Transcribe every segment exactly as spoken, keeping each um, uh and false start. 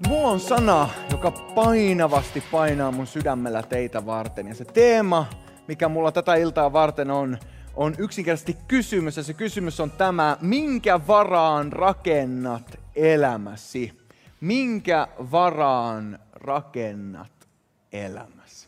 Mulla on sana, joka painavasti painaa mun sydämellä teitä varten. Ja se teema, mikä mulla tätä iltaa varten on, on yksinkertaisesti kysymys. Ja se kysymys on tämä: minkä varaan rakennat elämäsi? Minkä varaan rakennat elämäsi?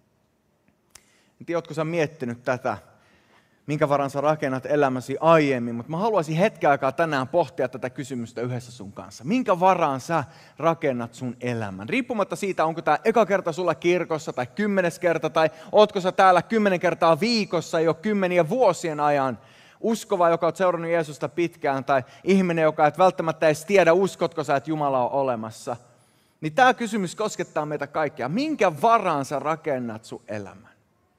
En tiedä, ootko sä miettinyt tätä, minkä varaan sä rakennat elämäsi aiemmin, mutta mä haluaisin hetken aikaa tänään pohtia tätä kysymystä yhdessä sun kanssa. Minkä varaan sä rakennat sun elämän? Riippumatta siitä, onko tää eka kerta sulla kirkossa tai kymmenes kerta, tai ootko sä täällä kymmenen kertaa viikossa jo kymmenien vuosien ajan, uskova, joka on seurannut Jeesusta pitkään, tai ihminen, joka et välttämättä edes tiedä, uskotko sä, että Jumala on olemassa. Niin tää kysymys koskettaa meitä kaikkia. Minkä varaan sä rakennat sun elämän?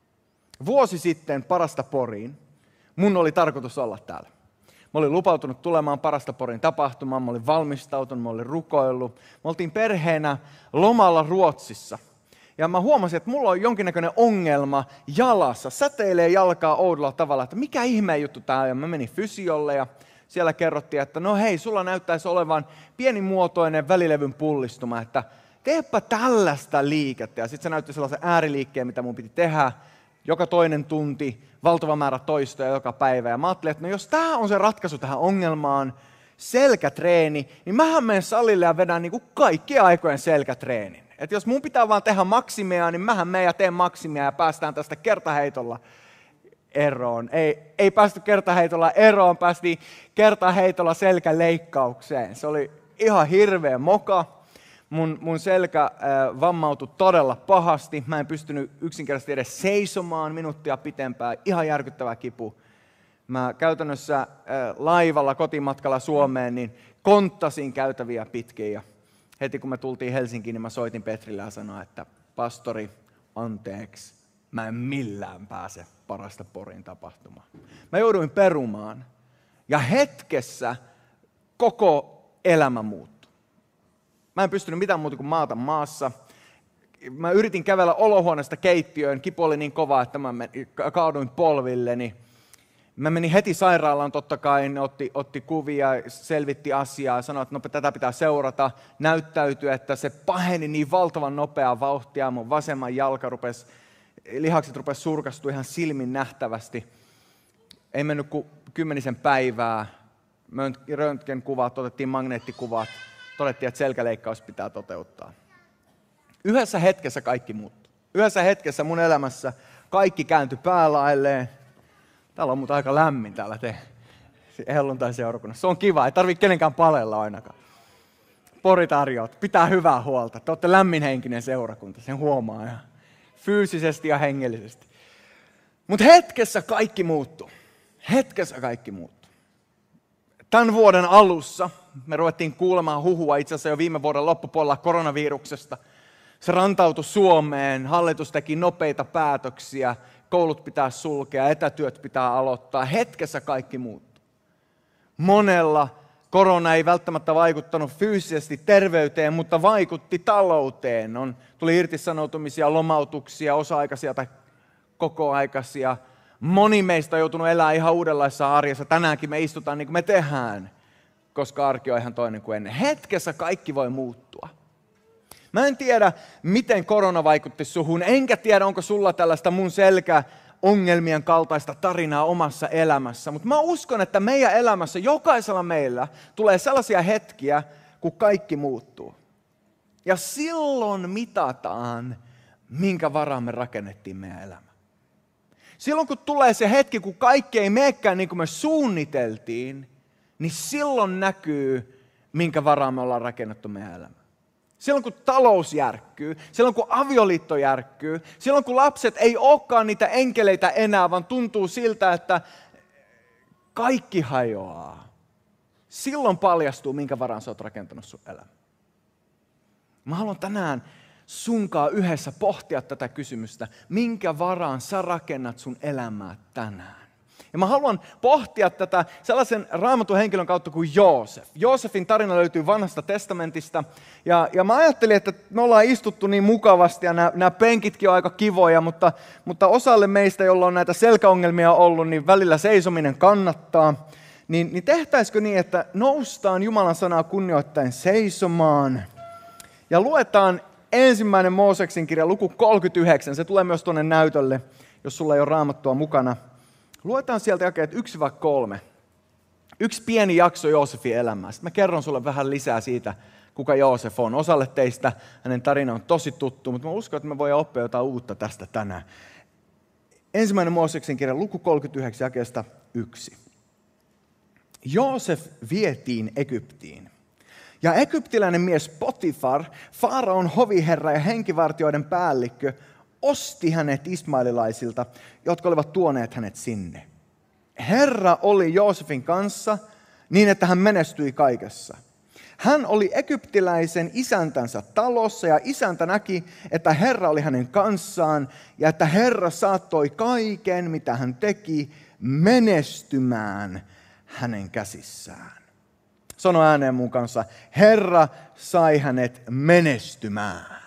Vuosi sitten Parasta Poriin mun oli tarkoitus olla täällä. Mä olin lupautunut tulemaan Parasta Porin tapahtumaan, mä olin valmistautunut, mä olin rukoillut. Me oltiin perheenä lomalla Ruotsissa. Ja mä huomasin, että mulla on jonkinnäköinen ongelma jalassa. Säteilee jalkaa oudolla tavalla, että mikä ihmeen juttu tää on. Ja mä menin fysiolle ja siellä kerrottiin, että no hei, sulla näyttäisi olevan pienimuotoinen välilevyn pullistuma, että teepä tällaista liikettä. Ja sitten se näytti sellaisen ääriliikkeen, mitä mun piti tehdä. Joka toinen tunti, valtava määrä toistoja joka päivä. Ja mä ajattelin, että no jos tämä on se ratkaisu tähän ongelmaan, selkätreeni, niin mähän menen salille ja vedän niin kuin kaikkien aikojen selkätreenin. Että jos mun pitää vaan tehdä maksimia, niin mähän menen ja teen maksimia ja päästään tästä kertaheitolla eroon. Ei, ei päästy kertaheitolla eroon, päästiin kertaheitolla selkäleikkaukseen. Se oli ihan hirveä moka. Mun, mun selkä äh, vammautui todella pahasti. Mä en pystynyt yksinkertaisesti edes seisomaan minuuttia pitempään. Ihan järkyttävä kipu. Mä käytännössä äh, laivalla kotimatkalla Suomeen niin konttasin käytäviä pitkin. Ja heti kun me tultiin Helsinkiin, niin mä soitin Petrille ja sanoin, että pastori, anteeksi, mä en millään pääse Parasta Porin tapahtumaan. Mä jouduin perumaan. Ja hetkessä koko elämä muuttui. Mä en pystynyt mitään muuta kuin maata maassa. Mä yritin kävellä olohuoneesta keittiöön. Kipu oli niin kova, että mä kaaduin polvilleni. Mä menin heti sairaalaan, totta kai, ne otti, otti kuvia, selvitti asiaa, sanoi, että no, tätä pitää seurata. Näyttäytyi, että se paheni niin valtavan nopeaa vauhtia. Mun vasemman jalka rupesi, lihakset rupesi surkastua ihan silmin nähtävästi. Ei mennyt kuin kymmenisen päivää. Röntgenkuvat, otettiin magneettikuvat. Todettiin, että selkäleikkaus pitää toteuttaa. Yhdessä hetkessä kaikki muuttui. Yhdessä hetkessä mun elämässä kaikki kääntyi päälailleen. Täällä on muuten aika lämmin täällä te helluntai-seurakunnassa. Se on kiva, ei tarvitse kenenkään palella ainakaan. Pori tarjoaa, pitää hyvää huolta. Te olette lämminhenkinen seurakunta, sen huomaa ihan fyysisesti ja hengellisesti. Mutta hetkessä kaikki muuttui. Hetkessä kaikki muuttui. Tämän vuoden alussa me ruvettiin kuulemaan huhua itse asiassa jo viime vuoden loppupuolella koronaviruksesta. Se rantautui Suomeen, hallitus teki nopeita päätöksiä, koulut pitää sulkea, etätyöt pitää aloittaa. Hetkessä kaikki muuttui. Monella korona ei välttämättä vaikuttanut fyysisesti terveyteen, mutta vaikutti talouteen. On, tuli irtisanoutumisia, lomautuksia, osa-aikaisia tai kokoaikaisia. Moni meistä on joutunut elämään ihan uudenlaisessa arjessa. Tänäänkin me istutaan niin kuin me tehdään, koska arki on ihan toinen kuin ennen. Hetkessä kaikki voi muuttua. Mä en tiedä, miten korona vaikutti suhun, enkä tiedä, onko sulla tällaista mun selkäongelmien kaltaista tarinaa omassa elämässä. Mutta mä uskon, että meidän elämässä, jokaisella meillä, tulee sellaisia hetkiä, kun kaikki muuttuu. Ja silloin mitataan, minkä varaan me rakennettiin meidän elämä. Silloin kun tulee se hetki, kun kaikki ei meekään niin kuin me suunniteltiin, niin silloin näkyy, minkä varaan me ollaan rakennettu meidän elämä. Silloin kun talous järkkyy, silloin kun avioliitto järkkyy, silloin kun lapset ei olekaan niitä enkeleitä enää, vaan tuntuu siltä, että kaikki hajoaa. Silloin paljastuu, minkä varaan sä oot rakentanut sun elämä. Mä haluan tänään sunkaan yhdessä pohtia tätä kysymystä, minkä varaan sä rakennat sun elämää tänään. Ja mä haluan pohtia tätä sellaisen raamatun henkilön kautta kuin Joosef. Joosefin tarina löytyy Vanhasta testamentista. Ja, ja mä ajattelin, että me ollaan istuttu niin mukavasti ja nämä, nämä penkitkin on aika kivoja, mutta, mutta osalle meistä, jolla on näitä selkäongelmia ollut, niin välillä seisominen kannattaa. Niin, niin tehtäisikö niin, että noustaan Jumalan sanaa kunnioittaen seisomaan Ja luetaan ensimmäinen Mooseksen kirja, luku kolmekymmentäyhdeksän. Se tulee myös tuonne näytölle, jos sulla ei ole raamattua mukana. Luetaan sieltä jakeet yksi kolme. Yksi pieni jakso Joosefin elämästä. Mä kerron sulle vähän lisää siitä, kuka Joosef on. Osalle teistä hänen tarina on tosi tuttu, mutta mä uskon, että me voidaan oppia jotain uutta tästä tänään. Ensimmäinen Mooseksen kirja, luku kolmekymmentäyhdeksän, jakeesta yksi. Joosef vietiin Egyptiin. Ja egyptiläinen mies Potifar, Faraon hoviherra ja henkivartijoiden päällikkö, osti hänet ismaililaisilta, jotka olivat tuoneet hänet sinne. Herra oli Joosefin kanssa niin, että hän menestyi kaikessa. Hän oli egyptiläisen isäntänsä talossa ja isäntä näki, että Herra oli hänen kanssaan ja että Herra saattoi kaiken, mitä hän teki, menestymään hänen käsissään. Sano ääneen mun kanssa, Herra sai hänet menestymään.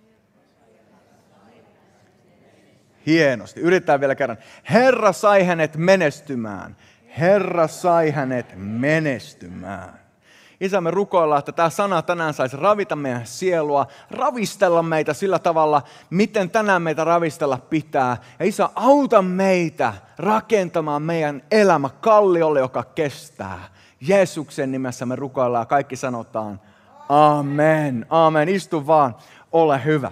Hienosti. Yritetään vielä kerran. Herra sai hänet menestymään. Herra sai hänet menestymään. Isä, me rukoillaan, että tämä sana tänään saisi ravita meidän sielua, ravistella meitä sillä tavalla, miten tänään meitä ravistella pitää. Ja Isä, auta meitä rakentamaan meidän elämä kalliolle, joka kestää. Jeesuksen nimessä me rukoillaan, kaikki sanotaan amen, amen. Istu vaan, ole hyvä.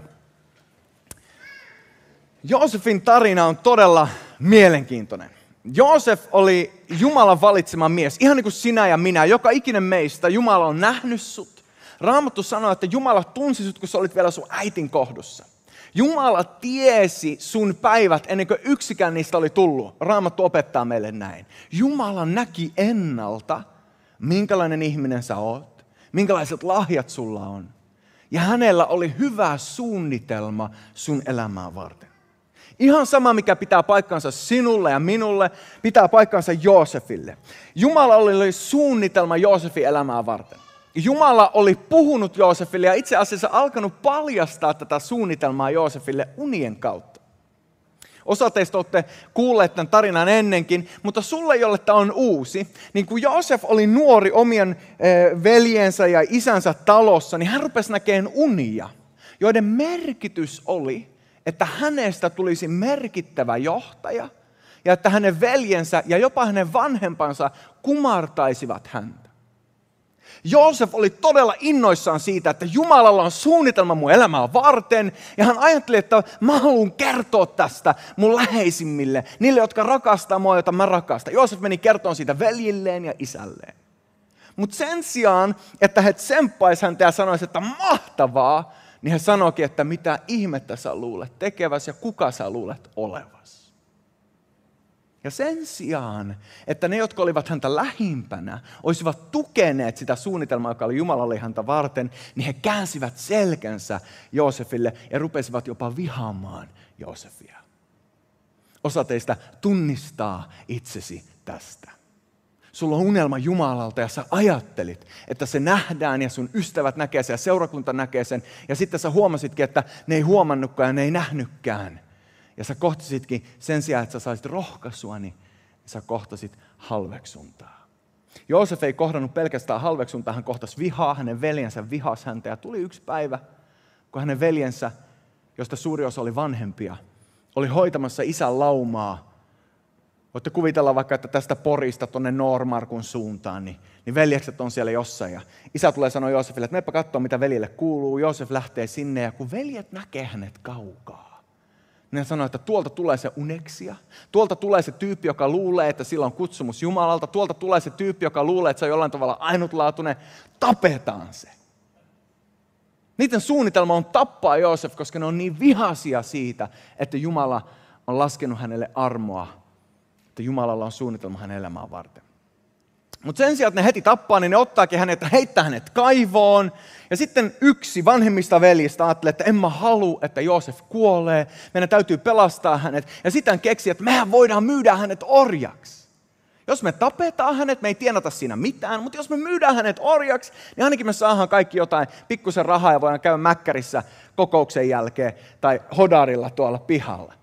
Joosefin tarina on todella mielenkiintoinen. Joosef oli Jumalan valitsema mies, ihan niin kuin sinä ja minä. Joka ikinen meistä Jumala on nähnyt sut. Raamattu sanoo, että Jumala tunsi sut, kun sä olit vielä sun äitin kohdussa. Jumala tiesi sun päivät ennen kuin yksikään niistä oli tullut. Raamattu opettaa meille näin. Jumala näki ennalta, minkälainen ihminen sä oot, minkälaiset lahjat sulla on. Ja hänellä oli hyvä suunnitelma sun elämää varten. Ihan sama, mikä pitää paikkansa sinulle ja minulle, pitää paikkansa Joosefille. Jumala oli suunnitelma Joosefin elämää varten. Jumala oli puhunut Joosefille ja itse asiassa alkanut paljastaa tätä suunnitelmaa Joosefille unien kautta. Osa teistä olette kuulleet tämän tarinan ennenkin, mutta sulle, jolle tämä on uusi, niin kun Joosef oli nuori omien veljensä ja isänsä talossa, niin hän rupesi näkemään unia, joiden merkitys oli, että hänestä tulisi merkittävä johtaja ja että hänen veljensä ja jopa hänen vanhempansa kumartaisivat häntä. Joosef oli todella innoissaan siitä, että Jumalalla on suunnitelma mun elämää varten ja hän ajatteli, että mä haluan kertoa tästä mun läheisimmille, niille, jotka rakastaa mua, joita mä rakastan. Joosef meni kertomaan siitä veljilleen ja isälleen. Mutta sen sijaan, että he tsemppaisivat häntä ja sanoisivat, että mahtavaa, niin hän sanoikin, että mitä ihmettä sä luulet tekeväsi ja kuka sä luulet olevasi. Ja sen sijaan, että ne, jotka olivat häntä lähimpänä, olisivat tukeneet sitä suunnitelmaa, joka oli Jumalalle häntä varten, niin he käänsivät selkänsä Joosefille ja rupesivat jopa vihaamaan Joosefia. Osa teistä tunnistaa itsesi tästä. Sulla on unelma Jumalalta ja sä ajattelit, että se nähdään ja sun ystävät näkee sen ja seurakunta näkee sen. Ja sitten sä huomasitkin, että ne ei huomannutkaan ja ne ei nähnytkään. Ja sä kohtasitkin sen sijaan, että sä saisit rohkaisua, niin sä kohtasit halveksuntaa. Joosef ei kohdannut pelkästään halveksuntaa, hän kohtasi vihaa, hänen veljensä vihasi häntä. Ja tuli yksi päivä, kun hänen veljensä, josta suuri osa oli vanhempia, oli hoitamassa isän laumaa. Voitte kuvitella vaikka, että tästä Porista tuonne Noormarkun suuntaan, niin, niin veljekset on siellä jossain. Ja isä tulee sanoa Joosefille, että meepä katsoa, mitä veljille kuuluu. Joosef lähtee sinne ja kun veljet näkee hänet kaukaa, niin hän sanoo, että tuolta tulee se uneksia. Tuolta tulee se tyyppi, joka luulee, että sillä on kutsumus Jumalalta. Tuolta tulee se tyyppi, joka luulee, että se on jollain tavalla ainutlaatuinen. Tapetaan se. Niiden suunnitelma on tappaa Joosef, koska ne on niin vihaisia siitä, että Jumala on laskenut hänelle armoa. Että Jumalalla on suunnitelma hänen elämään varten. Mutta sen sijaan, että ne heti tappaa, niin ne ottaakin hänet ja heittää hänet kaivoon. Ja sitten yksi vanhemmista veljistä ajattelee, että en mä halua, että Joosef kuolee. Meidän täytyy pelastaa hänet. Ja sitten keksi, että mehän voidaan myydä hänet orjaksi. Jos me tapetaan hänet, me ei tienata siinä mitään. Mutta jos me myydään hänet orjaksi, niin ainakin me saadaan kaikki jotain pikkusen rahaa ja voidaan käydä mäkkärissä kokouksen jälkeen tai hodarilla tuolla pihalla.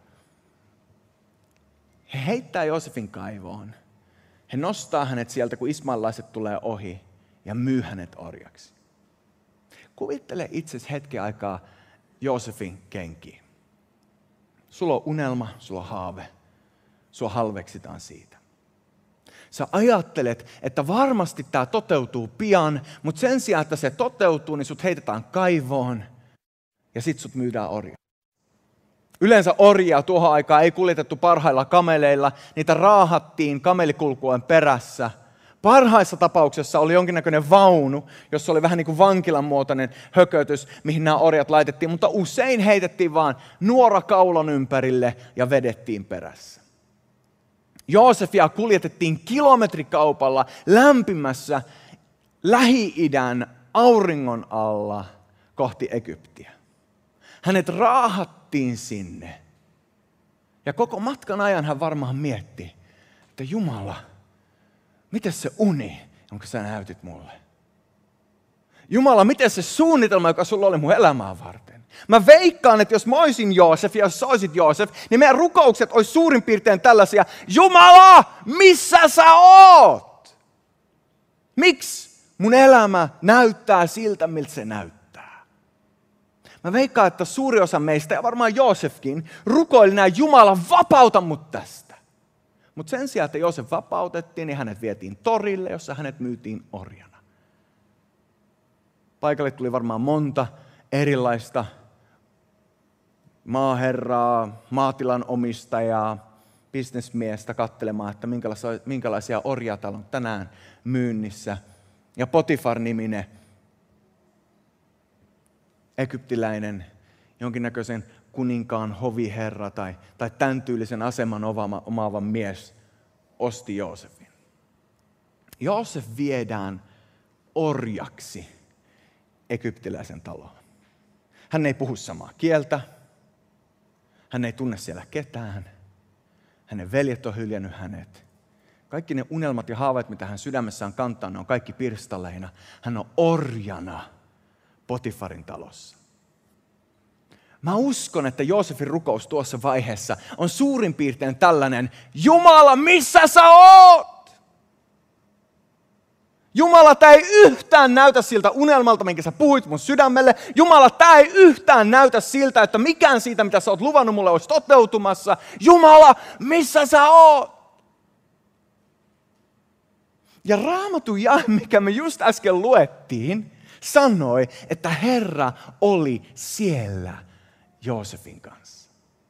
He heittää Joosefin kaivoon. He nostaa hänet sieltä, kun ismailaiset tulee ohi ja myy hänet orjaksi. kuvittele itsesi hetken aikaa Joosefin kenkiin. Sulla on unelma, sulla on haave. Sua halveksitaan siitä. Sä ajattelet, että varmasti tämä toteutuu pian, mutta sen sijaan, että se toteutuu, niin sut heitetään kaivoon ja sit sut myydään orjaa. Yleensä orjia tuohon aikaan ei kuljetettu parhailla kameleilla, niitä raahattiin kamelikulkuen perässä. Parhaissa tapauksessa oli jonkinnäköinen vaunu, jossa oli vähän niin kuin vankilan muotoinen hökötys, mihin nämä orjat laitettiin, mutta usein heitettiin vaan nuora kaulon ympärille ja vedettiin perässä. Joosefia kuljetettiin kilometrikaupalla lämpimässä Lähi-idän auringon alla kohti Egyptiä. Hänet raahattiin sinne. Ja koko matkan ajan hän varmaan mietti, että Jumala, miten se uni, jonka sä näytit mulle? Jumala, miten se suunnitelma, joka sulla oli mun elämää varten? Mä veikkaan, että jos mä olisin Joosef ja jos sä olisit Joosef, niin meidän rukoukset olisi suurin piirtein tällaisia. Jumala, missä sä oot? Miksi mun elämä näyttää siltä, miltä se näyttää? Mä veikkaan, että suuri osa meistä, ja varmaan Joosefkin, rukoili näin, Jumala, vapauta mut tästä. Mutta sen sijaan, että Joosef vapautettiin, niin hänet vietiin torille, jossa hänet myytiin orjana. Paikalle tuli varmaan monta erilaista maaherraa, maatilan omistajaa, bisnesmiestä katselemaan, että minkälaisia, minkälaisia orjia täällä on tänään myynnissä. Ja Potifar-niminen egyptiläinen, jonkinnäköisen kuninkaan hoviherra tai, tai tämän tyylisen aseman omaava, omaava mies osti Joosefin. Joosef viedään orjaksi egyptiläisen taloon. Hän ei puhu samaa kieltä. Hän ei tunne siellä ketään. Hänen veljet on hyljännyt hänet. Kaikki ne unelmat ja haaveet, mitä hän sydämessään kantaa, ne on kaikki pirstaleina. Hän on orjana Potifarin talossa. Mä uskon, että Joosefin rukous tuossa vaiheessa on suurin piirtein tällainen, Jumala, missä sä oot? Jumala, tää ei yhtään näytä siltä unelmalta, minkä sä puhuit mun sydämelle. Jumala, tää ei yhtään näytä siltä, että mikään siitä, mitä sä oot luvannut mulle, olisi toteutumassa. Jumala, missä sä oot? Ja Raamatun jae, mikä me just äsken luettiin, sanoi, että Herra oli siellä Joosefin kanssa.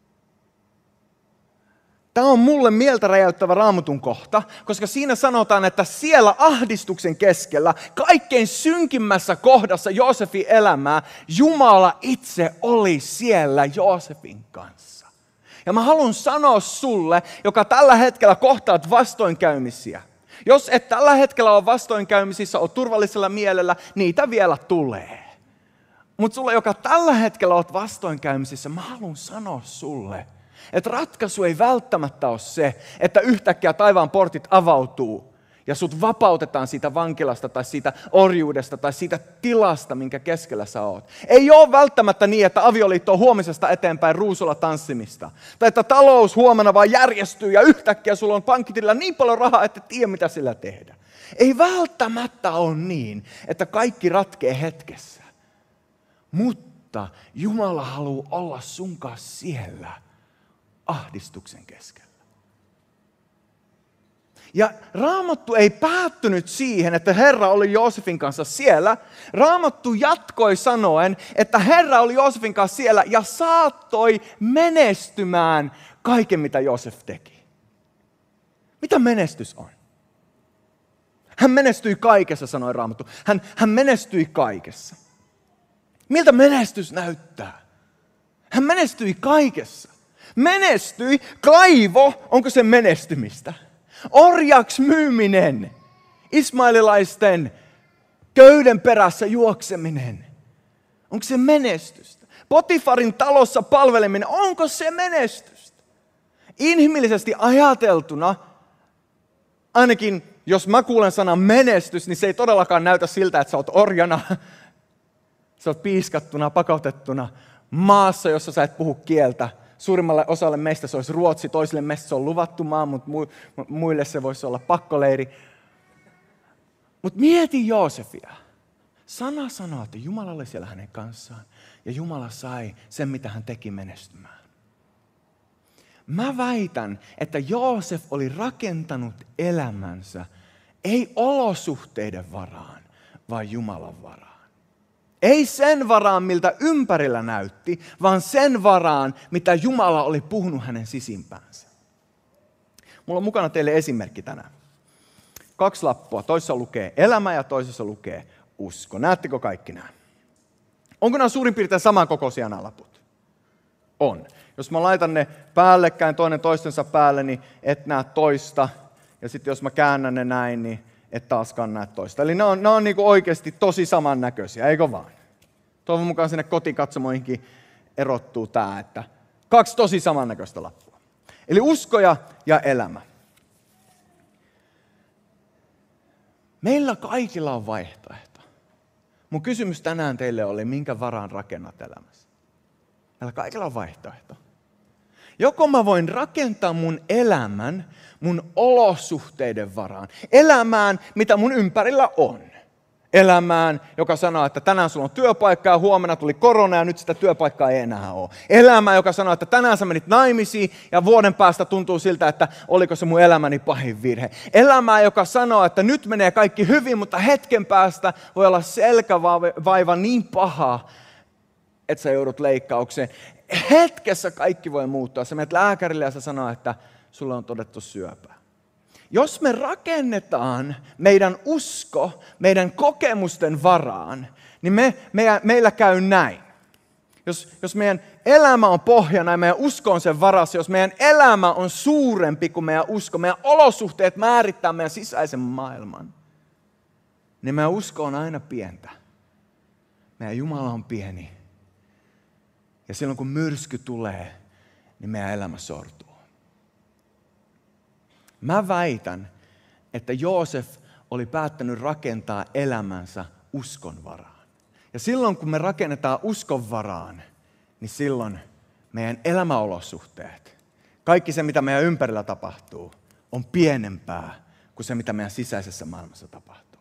Tämä on mulle mieltä räjäyttävä Raamatun kohta, koska siinä sanotaan, että siellä ahdistuksen keskellä, kaikkein synkimmässä kohdassa Joosefin elämää, Jumala itse oli siellä Joosefin kanssa. Ja mä haluan sanoa sulle, joka tällä hetkellä kohtaat vastoinkäymisiä. Jos et tällä hetkellä ole vastoinkäymisissä, ole turvallisella mielellä, niitä vielä tulee. Mutta sulle, joka tällä hetkellä olet vastoinkäymisissä, mä haluan sanoa sulle, että ratkaisu ei välttämättä ole se, että yhtäkkiä taivaan portit avautuu ja sut vapautetaan siitä vankilasta tai siitä orjuudesta tai siitä tilasta, minkä keskellä sä oot. Ei ole välttämättä niin, että avioliitto on huomisesta eteenpäin ruusulla tanssimista. Tai että talous huomenna vaan järjestyy ja yhtäkkiä sulla on pankkitilillä niin paljon rahaa, että et tiedä mitä sillä tehdä. Ei välttämättä ole niin, että kaikki ratkee hetkessä. Mutta Jumala haluaa olla sun kanssa siellä ahdistuksen keskellä. Ja Raamattu ei päättynyt siihen, että Herra oli Joosefin kanssa siellä. Raamattu jatkoi sanoen, että Herra oli Joosefin kanssa siellä ja saattoi menestymään kaiken, mitä Joosef teki. Mitä menestys on? Hän menestyi kaikessa, sanoi Raamattu. Hän, hän menestyi kaikessa. Miltä menestys näyttää? Hän menestyi kaikessa. Menestyi, kaivo, onko se menestymistä? Orjaksi myyminen, ismaililaisten köyden perässä juokseminen, onko se menestystä? Potifarin talossa palveleminen, onko se menestystä? Inhimillisesti ajateltuna, ainakin jos mä kuulen sanan menestys, niin se ei todellakaan näytä siltä, että sä oot orjana, sä oot piiskattuna, pakotettuna maassa, jossa sä et puhu kieltä. Suurimmalle osalle meistä se olisi Ruotsi, toisille meistä se on luvattu maa, mutta muille se voisi olla pakkoleiri. Mutta mieti Joosefia. Sana sanoo, että Jumala oli siellä hänen kanssaan ja Jumala sai sen, mitä hän teki menestymään. Mä väitän, että Joosef oli rakentanut elämänsä ei olosuhteiden varaan, vaan Jumalan varaan. Ei sen varaan, miltä ympärillä näytti, vaan sen varaan, mitä Jumala oli puhunut hänen sisimpäänsä. Mulla on mukana teille esimerkki tänään. Kaksi lappua. Toisessa lukee elämä ja toisessa lukee usko. Näettekö kaikki nämä? Onko nämä suurin piirtein samankokoisia nämä laput? On. Jos mä laitan ne päällekkäin toinen toistensa päälle, niin et näe toista. Ja sitten jos mä käännän ne näin, niin et taaskaan näe toista. Eli nämä on, nämä on niin kuin oikeasti tosi samannäköisiä, eikö vaan? Toivon mukaan sinne kotikatsomoihinkin erottuu tämä, että kaksi tosi samannäköistä lappua. Eli usko ja, ja elämä. Meillä kaikilla on vaihtoehto. Mun kysymys tänään teille oli, minkä varaan rakennat elämässä? Meillä kaikilla on vaihtoehto. Joko mä voin rakentaa mun elämän mun olosuhteiden varaan. Elämään, mitä mun ympärillä on. Elämään, joka sanoo, että tänään sulla on työpaikka ja huomenna tuli korona ja nyt sitä työpaikkaa ei enää ole. Elämään, joka sanoo, että tänään sä menit naimisiin ja vuoden päästä tuntuu siltä, että oliko se mun elämäni pahin virhe. Elämään, joka sanoo, että nyt menee kaikki hyvin, mutta hetken päästä voi olla selkävaiva niin paha, että sä joudut leikkaukseen. Hetkessä kaikki voi muuttua. Sä menet lääkärille ja sä sanoo, että sulla on todettu syöpää. Jos me rakennetaan meidän usko, meidän kokemusten varaan, niin me, me, meillä käy näin. Jos, jos meidän elämä on pohjana ja meidän usko on sen varassa, jos meidän elämä on suurempi kuin meidän usko, meidän olosuhteet määrittää meidän sisäisen maailman, niin meidän usko on aina pientä. Meidän Jumala on pieni. Ja silloin kun myrsky tulee, niin meidän elämä sortuu. Mä väitän, että Joosef oli päättänyt rakentaa elämänsä uskon varaan. Ja silloin kun me rakennetaan uskon varaan, niin silloin meidän elämäolosuhteet, kaikki se mitä meidän ympärillä tapahtuu, on pienempää kuin se mitä meidän sisäisessä maailmassa tapahtuu.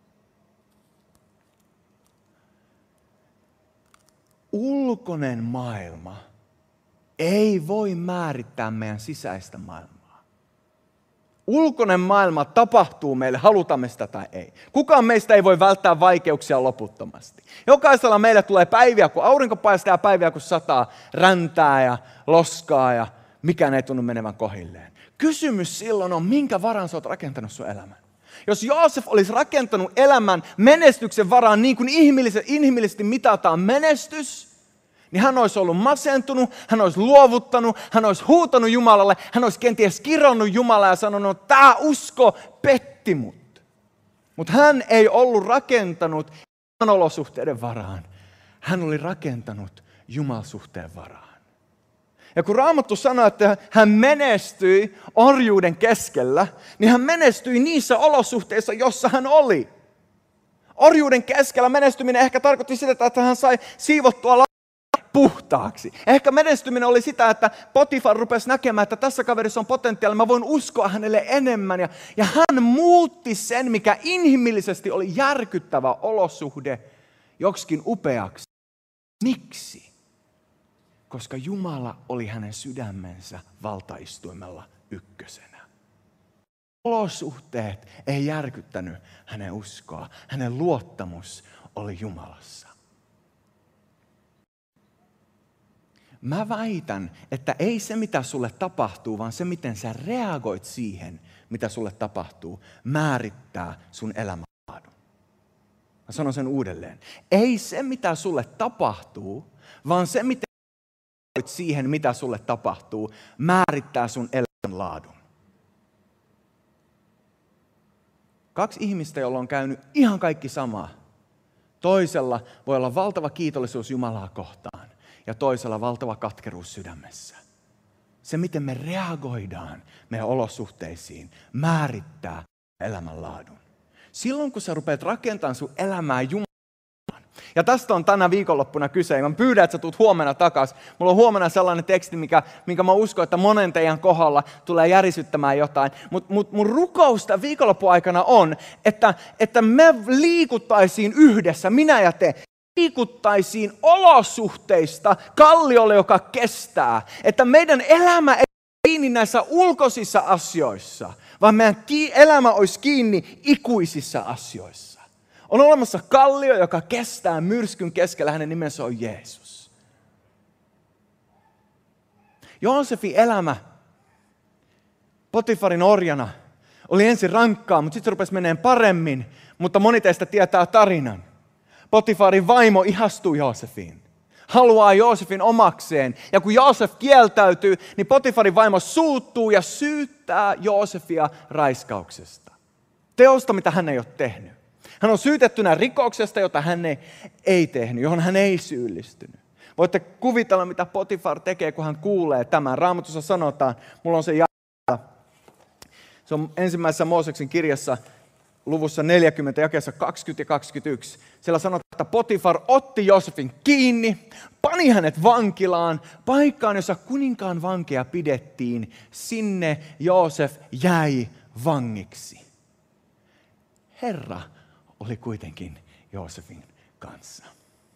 Ulkoinen maailma ei voi määrittää meidän sisäistä maailmaa. Ulkoinen maailma tapahtuu meille, halutamme sitä tai ei. Kukaan meistä ei voi välttää vaikeuksia loputtomasti. Jokaisella meillä tulee päiviä, kun aurinko paistaa ja päiviä, kun sataa, räntää ja loskaa ja mikään ei tunnu menevän kohilleen. Kysymys silloin on, minkä varaan sä oot rakentanut sun elämän. Jos Joosef olisi rakentanut elämän menestyksen varaan niin kuin inhimillisesti mitataan menestys, niin hän olisi ollut masentunut, hän olisi luovuttanut, hän olisi huutanut Jumalalle, hän olisi kenties kironnut Jumalaa ja sanonut, että tämä usko petti mut. Mutta hän ei ollut rakentanut olosuhteiden varaan. Hän oli rakentanut Jumalasuhteen varaan. Ja kun Raamattu sanoo, että hän menestyi orjuuden keskellä, niin hän menestyi niissä olosuhteissa, jossa hän oli. Orjuuden keskellä menestyminen ehkä tarkoitti sitä, että hän sai siivottua puhtaaksi. Ehkä menestyminen oli sitä, että Potifar rupesi näkemään, että tässä kaverissa on potentiaalia, mä voin uskoa hänelle enemmän. Ja, ja hän muutti sen, mikä inhimillisesti oli järkyttävä olosuhde, joksikin upeaksi. Miksi? Koska Jumala oli hänen sydämensä valtaistuimella ykkösenä. Olosuhteet ei järkyttänyt hänen uskoa. Hänen luottamus oli Jumalassa. Mä väitän, että ei se mitä sulle tapahtuu, vaan se miten sä reagoit siihen, mitä sulle tapahtuu, määrittää sun elämänlaadun. Mä sanon sen uudelleen. Ei se mitä sulle tapahtuu, vaan se miten sä reagoit siihen, mitä sulle tapahtuu, määrittää sun elämänlaadun. Kaksi ihmistä, joilla on käynyt ihan kaikki samaa. Toisella voi olla valtava kiitollisuus Jumalaa kohtaan. Ja toisella valtava katkeruus sydämessä. Se, miten me reagoidaan meidän olosuhteisiin, määrittää elämänlaadun. Silloin, kun sä rupeat rakentamaan sun elämää Jumalaan, Ja tästä on tänä viikonloppuna kyse. Mä pyydän, että sä tuut huomenna takaisin. Mulla on huomenna sellainen teksti, mikä, minkä mä uskon, että monen teidän kohdalla tulee järisyttämään jotain. Mutta mut mun rukous tämän viikonlopun aikana on, että, että me liikuttaisiin yhdessä, minä ja te, liikuttaisiin olosuhteista kalliolle, joka kestää. Että meidän elämä ei kiinni näissä ulkoisissa asioissa, vaan meidän elämä olisi kiinni ikuisissa asioissa. On olemassa kallio, joka kestää myrskyn keskellä, hänen nimensä on Jeesus. Joosefin elämä Potifarin orjana oli ensin rankkaa, mutta sitten se rupesi meneen paremmin, mutta moni teistä tietää tarinan. Potifarin vaimo ihastuu Joosefiin. Haluaa Joosefin omakseen. Ja kun Joosef kieltäytyy, niin Potifarin vaimo suuttuu ja syyttää Joosefia raiskauksesta. Teosta, mitä hän ei ole tehnyt. Hän on syytettynä rikoksesta, jota hän ei, ei tehnyt, johon hän ei syyllistynyt. Voitte kuvitella, mitä Potifar tekee, kun hän kuulee tämän. Raamatussa sanotaan, mulla on se jae. Se on ensimmäisessä Mooseksen kirjassa luvussa neljäkymmentä, jakeessa kaksikymmentä ja kaksikymmentäyksi. Siellä sanotaan, että Potifar otti Joosefin kiinni, pani hänet vankilaan, paikkaan, jossa kuninkaan vankeja pidettiin. Sinne Joosef jäi vangiksi. Herra oli kuitenkin Joosefin kanssa.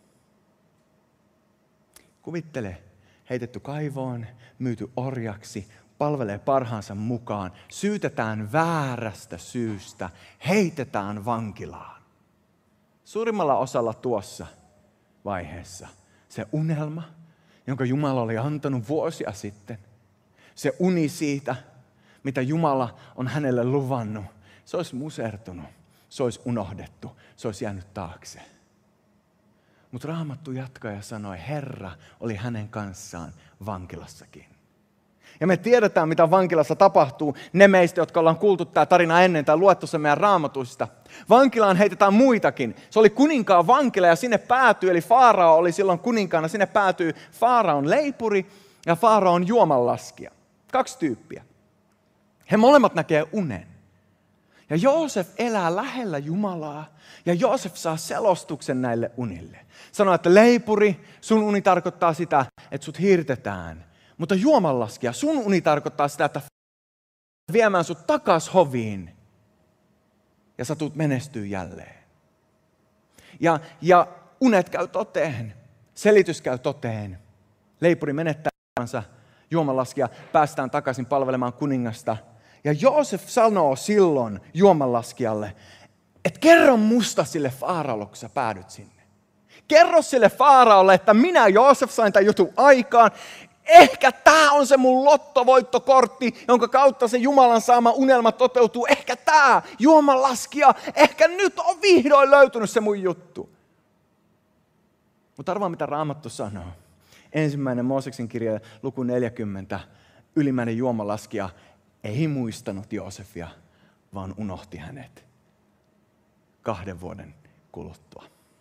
Kuvittele, heitetty kaivoon, myyty orjaksi, palvelee parhaansa mukaan, syytetään väärästä syystä, heitetään vankilaan. Suurimmalla osalla tuossa vaiheessa se unelma, jonka Jumala oli antanut vuosia sitten, se uni siitä, mitä Jumala on hänelle luvannut, se olisi musertunut, se olisi unohdettu, se olisi jäänyt taakse. Mutta Raamattu jatkaa ja sanoi, Herra oli hänen kanssaan vankilassakin. Ja me tiedetään, mitä vankilassa tapahtuu. Ne meistä, jotka ollaan kuultu tämä tarina ennen tai luettu se meidän Raamatusta. Vankilaan heitetään muitakin. Se oli kuninkaan vankila ja sinne päätyi, eli Faarao oli silloin kuninkaana. Sinne päätyy Faaraon leipuri ja Faaraon juomanlaskija. Kaksi tyyppiä. He molemmat näkee unen. Ja Joosef elää lähellä Jumalaa ja Joosef saa selostuksen näille unille. Sanoo, että leipuri, sun uni tarkoittaa sitä, että sut hirtetään. Mutta juomanlaskija, sun uni tarkoittaa sitä, että viemään sut takas hoviin ja sä tulet menestyä jälleen. Ja, ja unet käy toteen, selitys käy toteen. Leipuri menettää elämänsä, juomanlaskija päästään takaisin palvelemaan kuningasta. Ja Joosef sanoo silloin juomanlaskijalle, että kerro musta sille Faaraolle, kun sä päädyt sinne. Kerro sille Faaraolle, että minä Joosef sain tämän jutun aikaan. Ehkä tämä on se mun lottovoittokortti, jonka kautta se Jumalan saama unelma toteutuu. Ehkä tämä juomanlaskija, ehkä nyt on vihdoin löytynyt se mun juttu. Mutta arvaa mitä Raamattu sanoo. Ensimmäinen Mooseksen kirja, luku neljäkymmentä, ylimmäinen juomanlaskija ei muistanut Joosefia, vaan unohti hänet kahden vuoden kuluttua.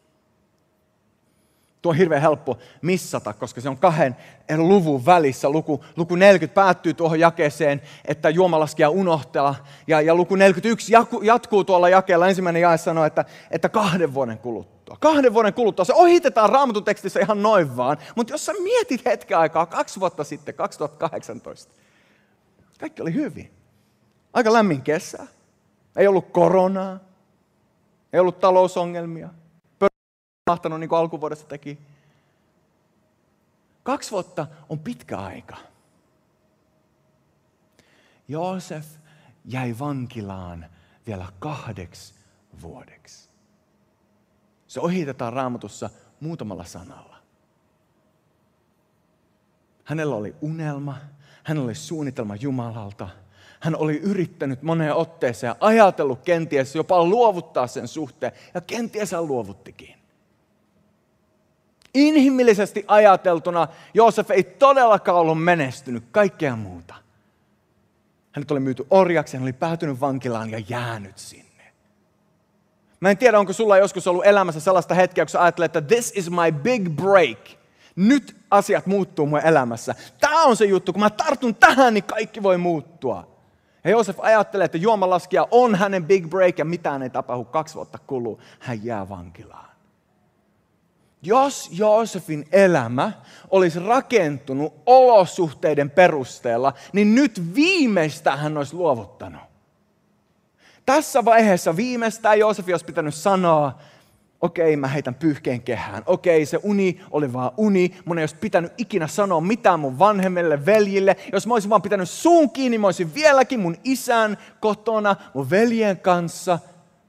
Tuo on hirveän helppo missata, koska se on kahden luvun välissä. Luku, luku neljäkymmentä päättyy tuohon jakeeseen, että juomanlaskija unohtaa. Ja, ja luku neljäkymmentäyksi jatkuu tuolla jakeella. Ensimmäinen jae sanoo, että, että kahden vuoden kuluttua. Kahden vuoden kuluttua. Se ohitetaan Raamatun tekstissä ihan noin vaan. Mutta jos sä mietit hetken aikaa, kaksi vuotta sitten, kaksituhattakahdeksantoista, kaikki oli hyvin. Aika lämmin kesä. Ei ollut koronaa. Ei ollut talousongelmia. Mahtanut niin kuin alkuvuodesta teki. Kaksi vuotta on pitkä aika. Joosef jäi vankilaan vielä kahdeksi vuodeksi. Se ohitetaan Raamatussa muutamalla sanalla. Hänellä oli unelma, hänellä oli suunnitelma Jumalalta. Hän oli yrittänyt moneen otteeseen ja ajatellut kenties jopa luovuttaa sen suhteen. Ja kenties hän luovuttikin. Inhimillisesti ajateltuna Joosef ei todellakaan ollut menestynyt, kaikkea muuta. Hänet oli myyty orjaksi, hän oli päätynyt vankilaan ja jäänyt sinne. Mä en tiedä, onko sulla joskus ollut elämässä sellaista hetkeä, kun sä ajattelet, että this is my big break. Nyt asiat muuttuu mun elämässä. Tämä on se juttu, kun mä tartun tähän, niin kaikki voi muuttua. Ja Joosef ajattelee, että juomanlaskija on hänen big break ja mitään ei tapahdu. Kaksi vuotta kuluu, hän jää vankilaan. Jos Joosefin elämä olisi rakentunut olosuhteiden perusteella, niin nyt viimeistään hän olisi luovuttanut. Tässä vaiheessa viimeistään Joosefin olisi pitänyt sanoa, okei, mä heitän pyyhkeen kehään. Okei, se uni oli vaan uni. Mun ei olisi pitänyt ikinä sanoa mitään mun vanhemmille veljille. Jos mä olisin vaan pitänyt suun kiinni, mä olisin vieläkin mun isän kotona, mun veljen kanssa.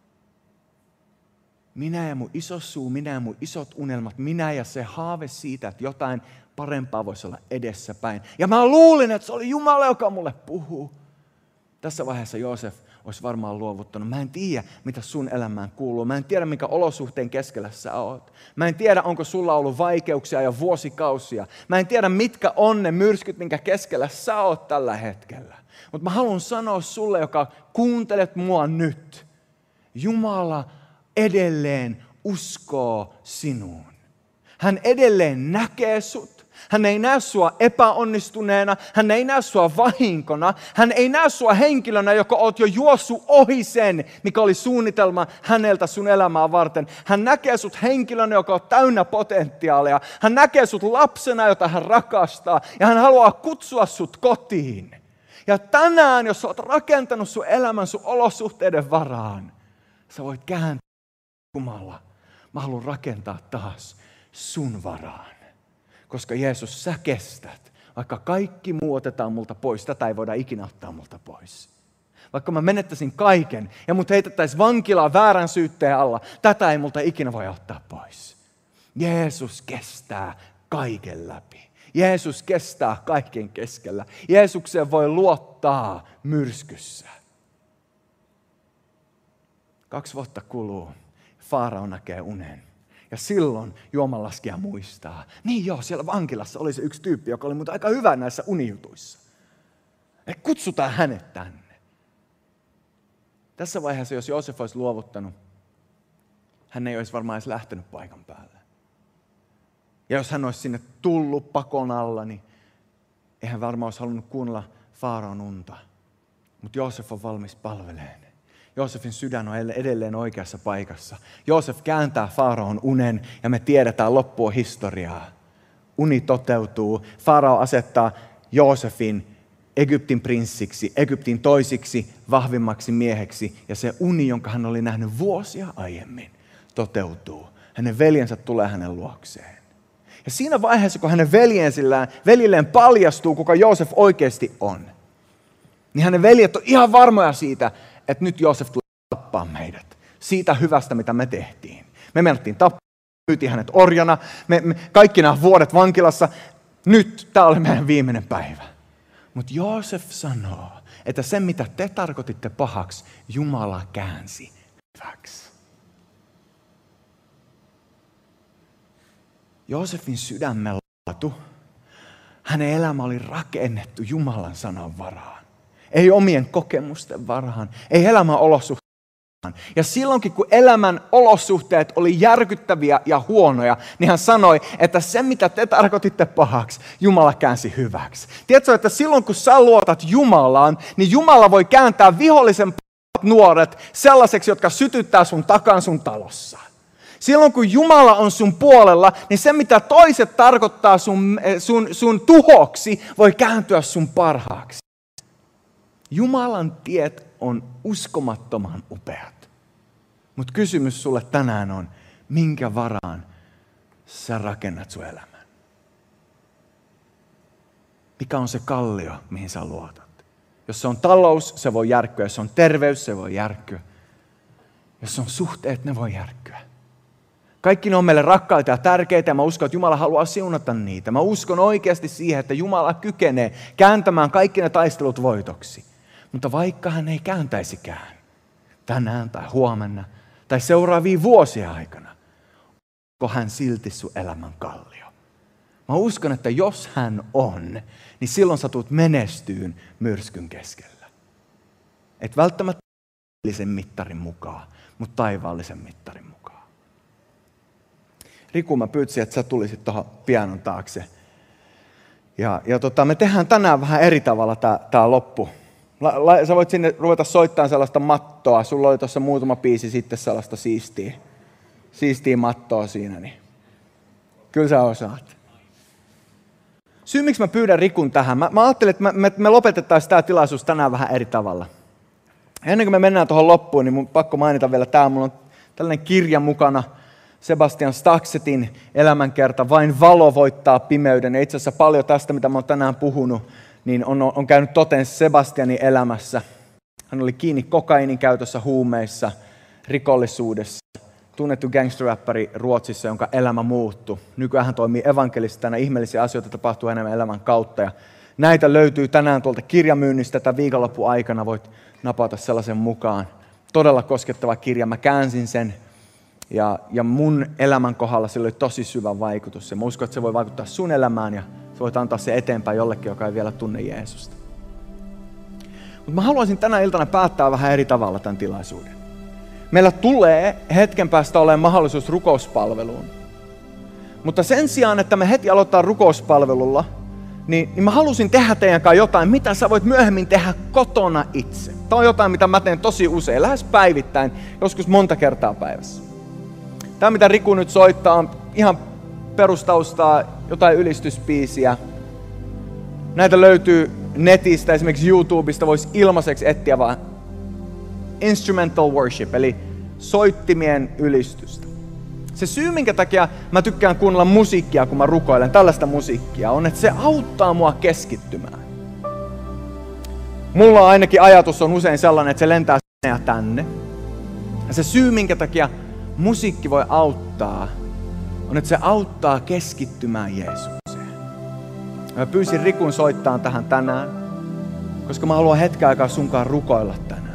Minä ja mun iso suu, minä ja mun isot unelmat, minä ja se haave siitä, että jotain parempaa voisi olla edessäpäin. Ja mä luulin, että se oli Jumala, joka mulle puhuu. Tässä vaiheessa Joosef olisi varmaan luovuttanut. Mä en tiedä, mitä sun elämään kuuluu. Mä en tiedä, minkä olosuhteen keskellä sä oot. Mä en tiedä, onko sulla ollut vaikeuksia ja vuosikausia. Mä en tiedä, mitkä on ne myrskyt, minkä keskellä sä oot tällä hetkellä. Mutta mä haluan sanoa sulle, joka kuuntelet mua nyt. Jumala edelleen uskoo sinuun. Hän edelleen näkee sut. Hän ei näe sua epäonnistuneena, hän ei näe sua vahinkona, hän ei näe sua henkilönä, joka oot jo juossut ohi sen, mikä oli suunnitelma häneltä sun elämää varten. Hän näkee sut henkilönä, joka on täynnä potentiaalia. Hän näkee sut lapsena, jota hän rakastaa, ja hän haluaa kutsua sut kotiin. Ja tänään, jos sä oot rakentanut sun elämän sun olosuhteiden varaan, sä voit kääntää Jumala. Mä haluan rakentaa taas sun varaan. Koska Jeesus, sä kestät, vaikka kaikki muu otetaan multa pois, tätä ei voida ikinä ottaa multa pois. Vaikka mä menettäisin kaiken ja mut heitettäisiin vankilaan väärän syytteen alla, tätä ei multa ikinä voi ottaa pois. Jeesus kestää kaiken läpi. Jeesus kestää kaiken keskellä. Jeesukseen voi luottaa myrskyssä. Kaksi vuotta kuluu. Faarao näkee unen. Ja silloin juomanlaskija muistaa. Niin joo, siellä vankilassa oli se yksi tyyppi, joka oli muuten aika hyvä näissä unijutuissa. Ja kutsutaan hänet tänne. Tässä vaiheessa, jos Joosef olisi luovuttanut, hän ei olisi varmaan edes lähtenyt paikan päälle. Ja jos hän olisi sinne tullut pakon alla, niin ei hän varmaan olisi halunnut kuunnella Faaraon unta. Mutta Joosef on valmis palvelemaan. Joosefin sydän on edelleen oikeassa paikassa. Joosef kääntää Faaraon unen ja me tiedetään loppua historiaa. Uni toteutuu. Faarao asettaa Joosefin Egyptin prinssiksi, Egyptin toisiksi vahvimmaksi mieheksi. Ja se uni, jonka hän oli nähnyt vuosia aiemmin, toteutuu. Hänen veljensä tulee hänen luokseen. Ja siinä vaiheessa, kun hänen veljilleen paljastuu, kuka Joosef oikeasti on, niin hänen veljet on ihan varmoja siitä, että nyt Joosef tulee tappaa meidät siitä hyvästä, mitä me tehtiin. Me menettiin tappaa, myytiin hänet orjana, me, me, kaikki nämä vuodet vankilassa. Nyt tämä oli meidän viimeinen päivä. Mutta Joosef sanoo, että se mitä te tarkoititte pahaksi, Jumala käänsi hyväksi. Joosefin sydämen laatu, hänen elämä oli rakennettu Jumalan sanan varaan. Ei omien kokemusten varaan, ei elämän olosuhteiden varaan. Ja silloinkin, kun elämän olosuhteet oli järkyttäviä ja huonoja, niin hän sanoi, että se mitä te tarkoititte pahaksi, Jumala käänsi hyväksi. Tiedätkö, että silloin kun sä luotat Jumalaan, niin Jumala voi kääntää vihollisen nuoret sellaiseksi, jotka sytyttää sun takan sun talossa. Silloin kun Jumala on sun puolella, niin se mitä toiset tarkoittaa sun, sun, sun tuhoksi, voi kääntyä sun parhaaksi. Jumalan tiet on uskomattoman upeat. Mutta kysymys sulle tänään on, minkä varaan sä rakennat sun elämän? Mikä on se kallio, mihin sä luotat? Jos se on talous, se voi järkkyä. Jos se on terveys, se voi järkkyä. Jos se on suhteet, ne voi järkkyä. Kaikki ne on meille rakkaita ja tärkeitä ja mä uskon, että Jumala haluaa siunata niitä. Mä uskon oikeasti siihen, että Jumala kykenee kääntämään kaikki ne taistelut voitoksi. Mutta vaikka hän ei kääntäisikään tänään tai huomenna tai seuraavia vuosia aikana, onko hän silti sun elämän kallio? Mä uskon, että jos hän on, niin silloin sä tulet menestyyn myrskyn keskellä. Et välttämättä taivaallisen mittarin mukaan, mutta taivaallisen mittarin mukaan. Riku, mä pyytsin, että sä tulisit tuohon pianon taakse. Ja, ja tota, me tehdään tänään vähän eri tavalla tää loppu. La, la, sä voit sinne ruveta soittamaan sellaista mattoa. Sulla oli tuossa muutama biisi sitten sellaista siistiä, siistiä mattoa siinä. Niin Kyllä sä osaat. Syy, miksi mä pyydän Rikun tähän, mä, mä ajattelin, että me, me lopetettaisiin tämä tilaisuus tänään vähän eri tavalla. Ennen kuin me mennään tuohon loppuun, niin mun pakko mainita vielä tää. Mulla on tällainen kirja mukana, Sebastian Staksetin elämänkerta, Vain valo voittaa pimeyden. Ja itse asiassa paljon tästä, mitä mä oon tänään puhunut, niin on, on käynyt toteen Sebastianin elämässä. Hän oli kiinni kokainin käytössä, huumeissa, rikollisuudessa. Tunnettu gangsterräppäri Ruotsissa, jonka elämä muuttui. Nykyään hän toimii evankelistana, ihmeellisiä asioita tapahtuu enemmän elämän kautta. Ja näitä löytyy tänään tuolta kirjamyynnistä tämän viikonlopun aikana. Voit napata sellaisen mukaan. Todella koskettava kirja. Mä käänsin sen. Ja, ja mun elämän kohdalla sillä oli tosi syvä vaikutus. Ja mä uskon, että se voi vaikuttaa sun elämään ja sä voit antaa se eteenpäin jollekin, joka ei vielä tunne Jeesusta. Mutta mä haluaisin tänä iltana päättää vähän eri tavalla tämän tilaisuuden. Meillä tulee hetken päästä olemaan mahdollisuus rukouspalveluun. Mutta sen sijaan, että me heti aloittaa rukouspalvelulla, niin, niin mä halusin tehdä teidän kanssa jotain, mitä sä voit myöhemmin tehdä kotona itse. Tämä on jotain, mitä mä teen tosi usein, lähes päivittäin, joskus monta kertaa päivässä. Tämä, mitä Riku nyt soittaa, on ihan perustaustaa jotain ylistysbiisiä. Näitä löytyy netistä, esimerkiksi YouTubesta voisi ilmaiseksi etsiä vaan instrumental worship, eli soittimien ylistystä. Se syy, minkä takia mä tykkään kuunnella musiikkia, kun mä rukoilen tällaista musiikkia, on, että se auttaa mua keskittymään. Mulla ainakin ajatus on usein sellainen, että se lentää sinne ja tänne. Ja se syy, minkä takia musiikki voi auttaa, on, että se auttaa keskittymään Jeesukseen. Mä pyysin Rikun soittamaan tähän tänään, koska mä haluan hetken aikaa sunkaan rukoilla tänään.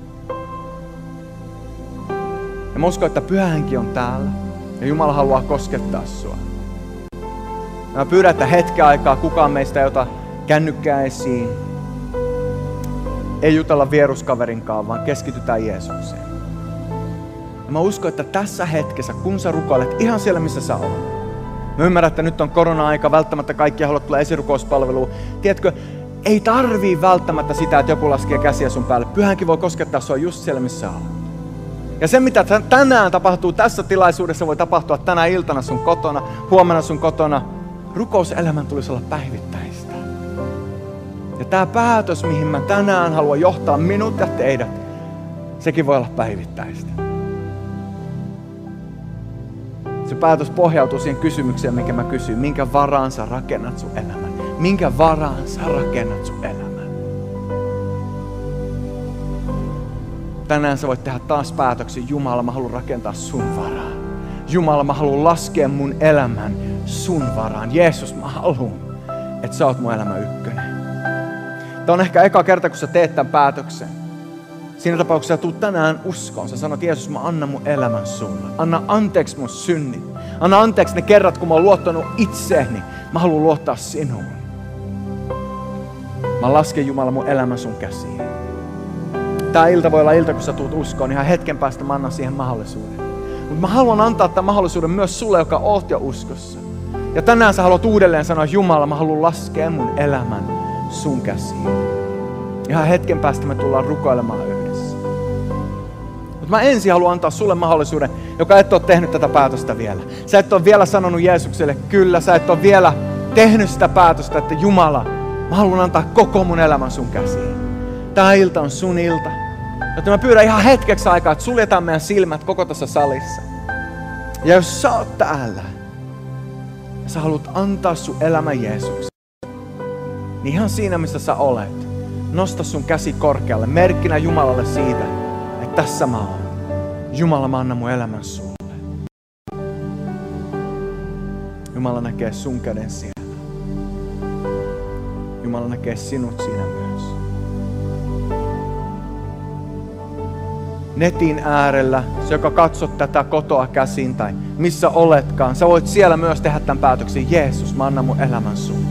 Ja mä uskon, että Pyhä Henki on täällä ja Jumala haluaa koskettaa sua. Ja mä pyydän, että hetken aikaa kukaan meistä ei ota kännykkää esiin. Ei jutella vieruskaverinkaan, vaan keskitytään Jeesukseen. Ja mä uskon, että tässä hetkessä, kun sä rukoilet ihan siellä, missä sä olet. Mä ymmärrän, että nyt on korona-aika, välttämättä kaikki haluat tulla esirukouspalveluun. Tiedätkö, ei tarvii välttämättä sitä, että joku laskee käsiä sun päälle. Pyhä Henki voi koskettaa sua just siellä, missä sä olet. Ja se, mitä tänään tapahtuu tässä tilaisuudessa, voi tapahtua tänä iltana sun kotona, huomenna sun kotona. Rukouselämän tulisi olla päivittäistä. Ja tää päätös, mihin mä tänään haluan johtaa minut ja teidät, sekin voi olla päivittäistä. Se päätös pohjautuu siihen kysymykseen, minkä mä kysyin. Minkä varaan sä rakennat sun elämän? Minkä varaan sä rakennat sun elämän? Tänään sä voit tehdä taas päätöksen. Jumala, mä haluan rakentaa sun varaan. Jumala, mä haluan laskea mun elämän sun varaan. Jeesus, mä haluan, että sä oot mun elämän ykkönen. Tää on ehkä eka kerta, kun sä teet tämän päätöksen. Siinä tapauksessa sä tuut tänään uskoon. Sä sanot, Jeesus, mä annan mun elämän sulle. Anna anteeksi mun synnit. Anna anteeksi ne kerrat, kun mä oon luottanut itseeni. Mä haluan luottaa sinuun. Mä lasken, Jumala, mun elämän sun käsiin. Tää ilta voi olla ilta, kun sä tuut uskoon. Ihan hetken päästä mä annan siihen mahdollisuuden. Mutta mä haluan antaa tämän mahdollisuuden myös sulle, joka oot jo uskossa. Ja tänään sä haluat uudelleen sanoa, Jumala, mä haluan laskea mun elämän sun käsiin. Ihan hetken päästä me tullaan rukoilemaan yhdessä. Mutta mä ensin haluan antaa sulle mahdollisuuden, joka et ole tehnyt tätä päätöstä vielä. Sä et ole vielä sanonut Jeesukselle kyllä, sä et ole vielä tehnyt sitä päätöstä, että Jumala, mä haluan antaa koko mun elämän sun käsiin. Tää ilta on sun ilta. Joten mä pyydän ihan hetkeksi aikaa, että suljetaan meidän silmät koko tässä salissa. Ja jos sä oot täällä ja sä haluat antaa sun elämän Jeesukselle, niin ihan siinä, missä sä olet, nosta sun käsi korkealle, merkkinä Jumalalle siitä, että tässä mä oon. Jumala, mä annan mun elämän sulle. Jumala näkee sun käden siellä. Jumala näkee sinut siinä myös. Netin äärellä, se joka katsot tätä kotoa käsin tai missä oletkaan, sä voit siellä myös tehdä tämän päätöksen. Jeesus, mä annan mun elämän sulle.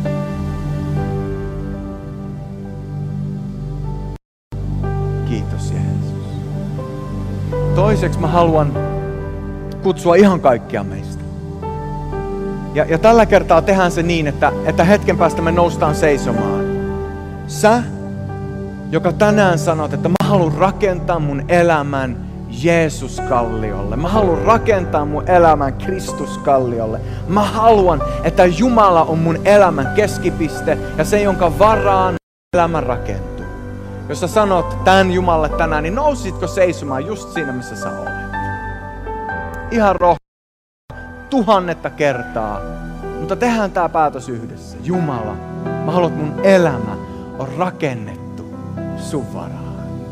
Kiitos Jeesus. Toiseksi mä haluan kutsua ihan kaikkia meistä. Ja, ja tällä kertaa tehdään se niin, että, että hetken päästä me noustaan seisomaan. Sä, joka tänään sanot, että mä haluan rakentaa mun elämän Jeesus kalliolle. Mä haluan rakentaa mun elämän Kristus kalliolle. Mä haluan, että Jumala on mun elämän keskipiste ja se, jonka varaan elämä rakentuu. Jos sä sanot tän Jumalalle tänään, niin nousitko seisomaan just siinä, missä sä olet? Ihan rohkeasti, tuhannetta kertaa. Mutta tehdään tää päätös yhdessä. Jumala, mä haluan, että mun elämä on rakennettu sun varaan.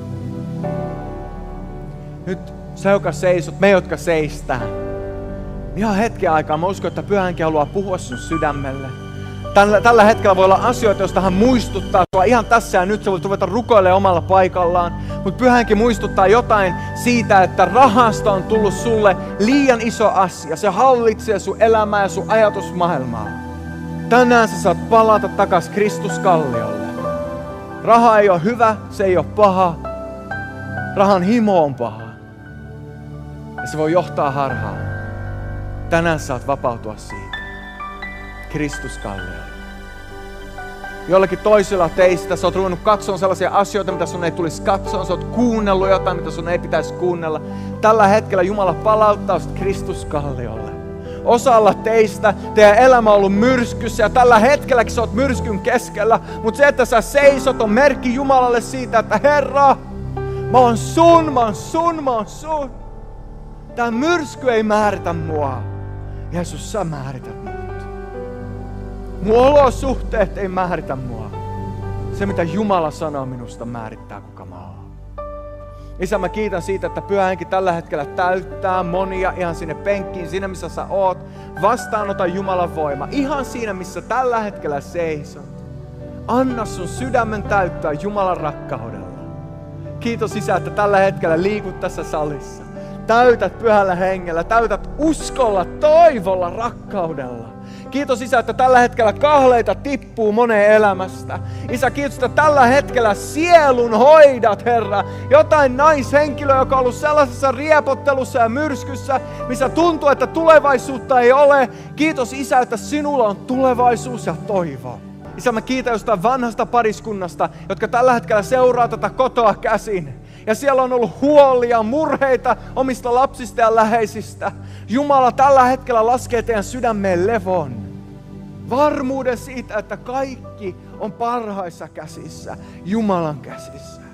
Nyt sä, joka seisot, me, jotka seistään. Ihan hetken aikaa mä uskon, että Pyhä Henki haluaa puhua sun sydämelle. Tällä, tällä hetkellä voi olla asioita, joista hän muistuttaa sua ihan tässä ja nyt. Sä voit ruveta rukoilemaan omalla paikallaan. Mutta Pyhä Henki muistuttaa jotain siitä, että rahasta on tullut sulle liian iso asia. Se hallitsee sun elämää ja sun ajatusmaailmaa. Tänään sä saat palata takas Kristuskalliolle. Raha ei ole hyvä, se ei ole paha. Rahan himo on paha. Ja se voi johtaa harhaan. Tänään saat vapautua siitä. Kristuskalliolle. Jollakin toisella teistä sä oot ruvennut katsomaan sellaisia asioita, mitä sun ei tulisi katsoa. Sä oot kuunnellut jotain, mitä sun ei pitäisi kuunnella. Tällä hetkellä Jumala palauttaa sut Kristuskalliolle. Osalla teistä teidän elämä on ollut myrskyssä ja tällä hetkelläkin sä oot myrskyn keskellä. Mutta se, että sä seisot, on merkki Jumalalle siitä, että Herra, mä oon sun, mä oon sun, mä oon sun. Tää myrsky ei määritä mua. Jeesus, sä määrität mut. Mun olosuhteet ei määritä mua. Se, mitä Jumala sanoo minusta, määrittää, kuka mä oon. Isä, mä kiitän siitä, että Pyhä Henki tällä hetkellä täyttää monia ihan sinne penkkiin, siinä missä sä oot. Vastaanota Jumalan voima. Ihan siinä, missä tällä hetkellä seisot. Anna sun sydämen täyttää Jumalan rakkaudella. Kiitos Isä, että tällä hetkellä liikut tässä salissa. Täytät Pyhällä Hengellä, täytät uskolla, toivolla, rakkaudella. Kiitos Isä, että tällä hetkellä kahleita tippuu moneen elämästä. Isä, kiitos, että tällä hetkellä sielun hoidat, Herra. Jotain naishenkilöä, joka on ollut sellaisessa riepottelussa ja myrskyssä, missä tuntuu, että tulevaisuutta ei ole. Kiitos Isä, että sinulla on tulevaisuus ja toivo. Isä, mä kiitän jostain vanhasta pariskunnasta, jotka tällä hetkellä seuraa tätä kotoa käsin. Ja siellä on ollut huolia, murheita omista lapsista ja läheisistä. Jumala tällä hetkellä laskee teidän sydämeen levon. Varmuuden siitä, että kaikki on parhaissa käsissä, Jumalan käsissä.